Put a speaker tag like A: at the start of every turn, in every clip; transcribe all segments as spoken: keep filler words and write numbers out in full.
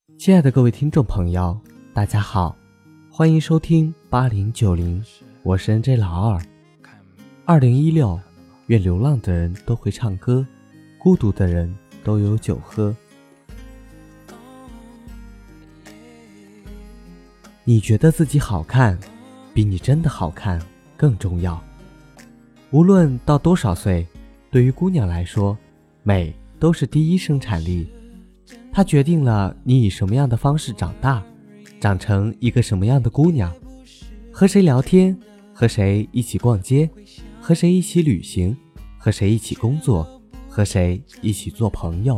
A: 亲爱的各位听众朋友，大家好，欢迎收听八零九零，我是 N J 老二。二零一六，愿流浪的人都会唱歌，孤独的人都有酒喝。你觉得自己好看，比你真的好看更重要。无论到多少岁，对于姑娘来说，美都是第一生产力。它决定了你以什么样的方式长大，长成一个什么样的姑娘，和谁聊天，和谁一起逛街，和谁一起旅行，和谁一起工作，和谁一起做朋友。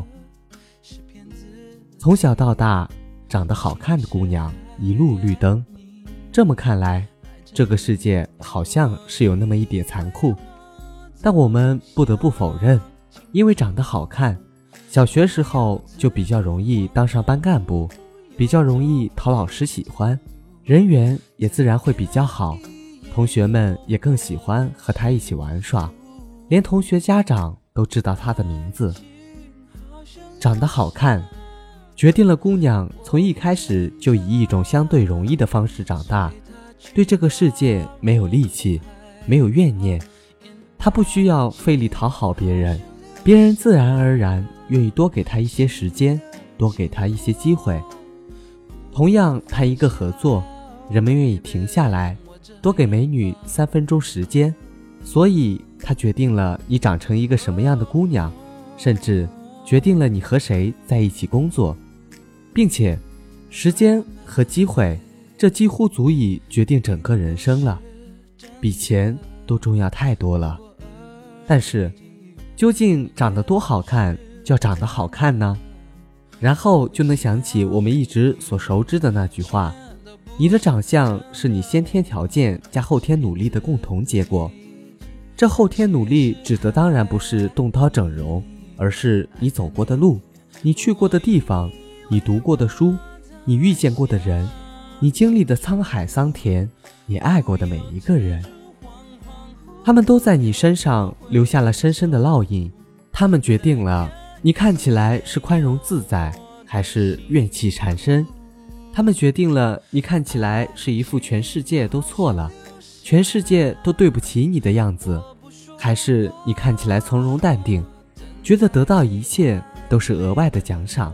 A: 从小到大，长得好看的姑娘一路绿灯。这么看来，这个世界好像是有那么一点残酷，但我们不得不否认，因为长得好看，小学时候就比较容易当上班干部，比较容易讨老师喜欢，人缘也自然会比较好，同学们也更喜欢和他一起玩耍，连同学家长都知道他的名字。长得好看决定了姑娘从一开始就以一种相对容易的方式长大，对这个世界没有戾气，没有怨念，她不需要费力讨好别人，别人自然而然愿意多给她一些时间，多给她一些机会。同样谈一个合作，人们愿意停下来，多给美女三分钟时间，所以她决定了你长成一个什么样的姑娘，甚至决定了你和谁在一起工作，并且时间和机会，这几乎足以决定整个人生了，比钱都重要太多了。但是究竟长得多好看叫长得好看呢？然后就能想起我们一直所熟知的那句话，你的长相是你先天条件加后天努力的共同结果。这后天努力指的当然不是动刀整容，而是你走过的路，你去过的地方，你读过的书，你遇见过的人，你经历的沧海桑田，你爱过的每一个人，他们都在你身上留下了深深的烙印，他们决定了你看起来是宽容自在还是怨气缠身，他们决定了你看起来是一副全世界都错了，全世界都对不起你的样子，还是你看起来从容淡定，觉得得到一切都是额外的奖赏。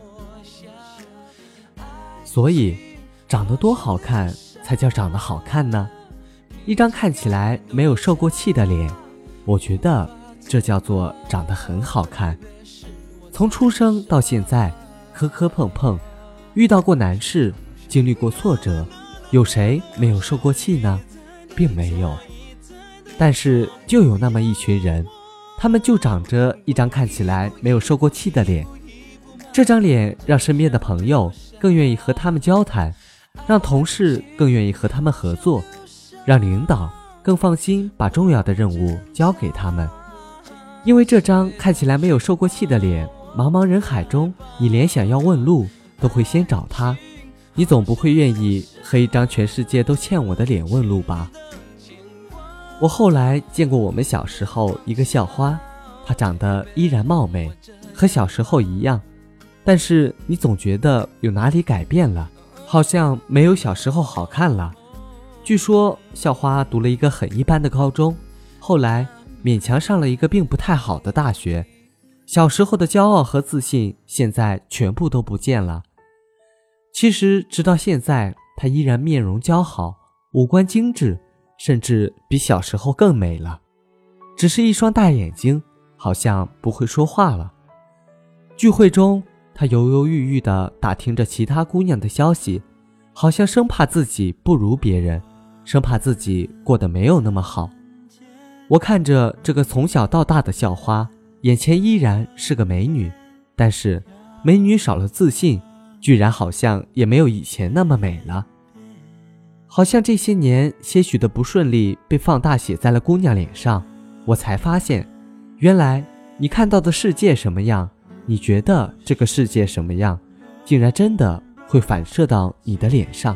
A: 所以长得多好看才叫长得好看呢？一张看起来没有受过气的脸，我觉得这叫做长得很好看。从出生到现在，磕磕碰碰，遇到过难事，经历过挫折，有谁没有受过气呢？并没有。但是就有那么一群人，他们就长着一张看起来没有受过气的脸，这张脸让身边的朋友更愿意和他们交谈，让同事更愿意和他们合作，让领导更放心把重要的任务交给他们。因为这张看起来没有受过气的脸，茫茫人海中，你连想要问路都会先找他，你总不会愿意和一张全世界都欠我的脸问路吧？我后来见过我们小时候一个校花，她长得依然貌美，和小时候一样，但是你总觉得有哪里改变了，好像没有小时候好看了。据说校花读了一个很一般的高中，后来勉强上了一个并不太好的大学，小时候的骄傲和自信现在全部都不见了。其实直到现在，她依然面容姣好，五官精致，甚至比小时候更美了，只是一双大眼睛好像不会说话了。聚会中，她犹犹豫豫地打听着其他姑娘的消息，好像生怕自己不如别人，生怕自己过得没有那么好。我看着这个从小到大的校花，眼前依然是个美女，但是美女少了自信，居然好像也没有以前那么美了。好像这些年些许的不顺利被放大写在了姑娘脸上，我才发现，原来你看到的世界什么样，你觉得这个世界什么样，竟然真的会反射到你的脸上。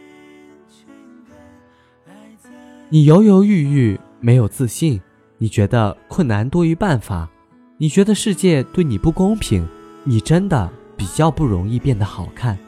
A: 你犹犹豫豫，没有自信，你觉得困难多于办法，你觉得世界对你不公平，你真的比较不容易变得好看。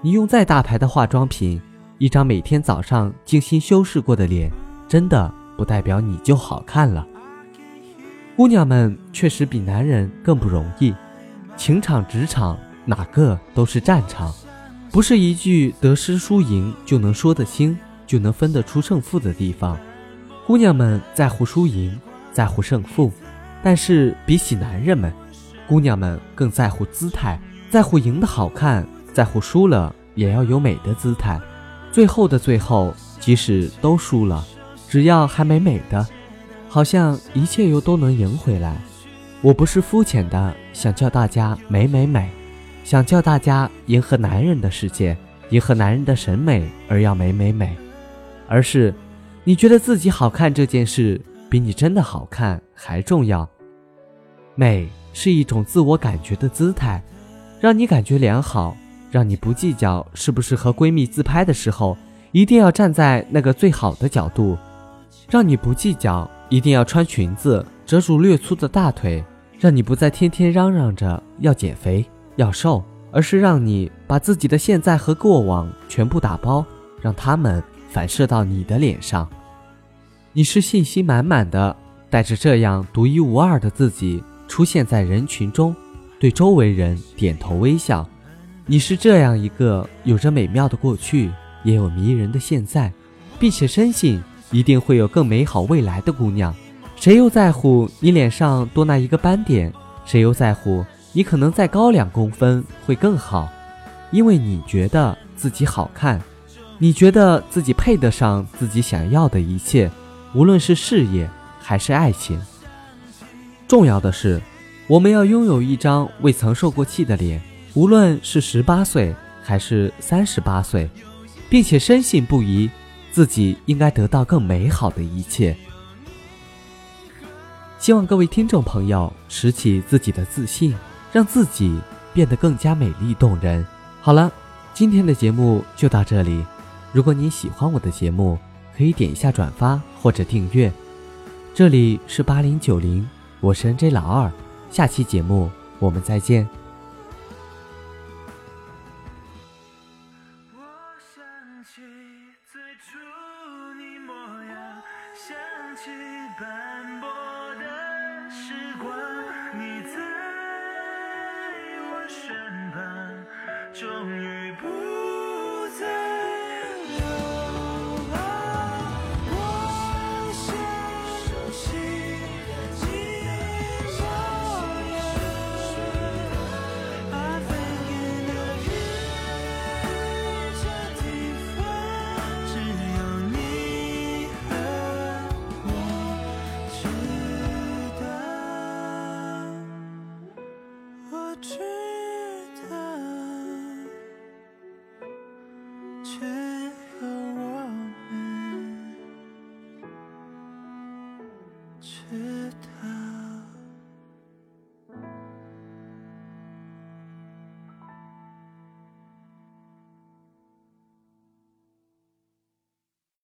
A: 你用再大牌的化妆品，一张每天早上精心修饰过的脸，真的不代表你就好看了。姑娘们确实比男人更不容易，情场职场哪个都是战场，不是一句得失输赢就能说得清，就能分得出胜负的地方。姑娘们在乎输赢，在乎胜负，但是比起男人们，姑娘们更在乎姿态，在乎赢的好看，在乎输了也要有美的姿态。最后的最后，即使都输了，只要还没美的，好像一切又都能赢回来。我不是肤浅的想叫大家美美美，想叫大家迎合男人的世界，迎合男人的审美而要美美美，而是你觉得自己好看这件事比你真的好看还重要。美是一种自我感觉的姿态，让你感觉良好，让你不计较是不是和闺蜜自拍的时候一定要站在那个最好的角度，让你不计较一定要穿裙子遮住略粗的大腿，让你不再天天嚷嚷着要减肥要瘦，而是让你把自己的现在和过往全部打包，让它们反射到你的脸上。你是信心满满的带着这样独一无二的自己出现在人群中，对周围人点头微笑。你是这样一个有着美妙的过去，也有迷人的现在，并且深信一定会有更美好未来的姑娘。谁又在乎你脸上多那一个斑点，谁又在乎你可能再高两公分会更好，因为你觉得自己好看，你觉得自己配得上自己想要的一切，无论是事业还是爱情。重要的是，我们要拥有一张未曾受过气的脸，无论是十八岁还是三十八岁，并且深信不疑，自己应该得到更美好的一切。希望各位听众朋友拾起自己的自信，让自己变得更加美丽动人。好了，今天的节目就到这里。如果你喜欢我的节目，可以点一下转发或者订阅。这里是八零九零，我是 N J 老二，下期节目我们再见。
B: 我想起最初你模样，想起斑驳的时光，你在我身旁，终于不再流浪。我想起你模样，I think in a dream，这地方只有你和我知道，我知道，却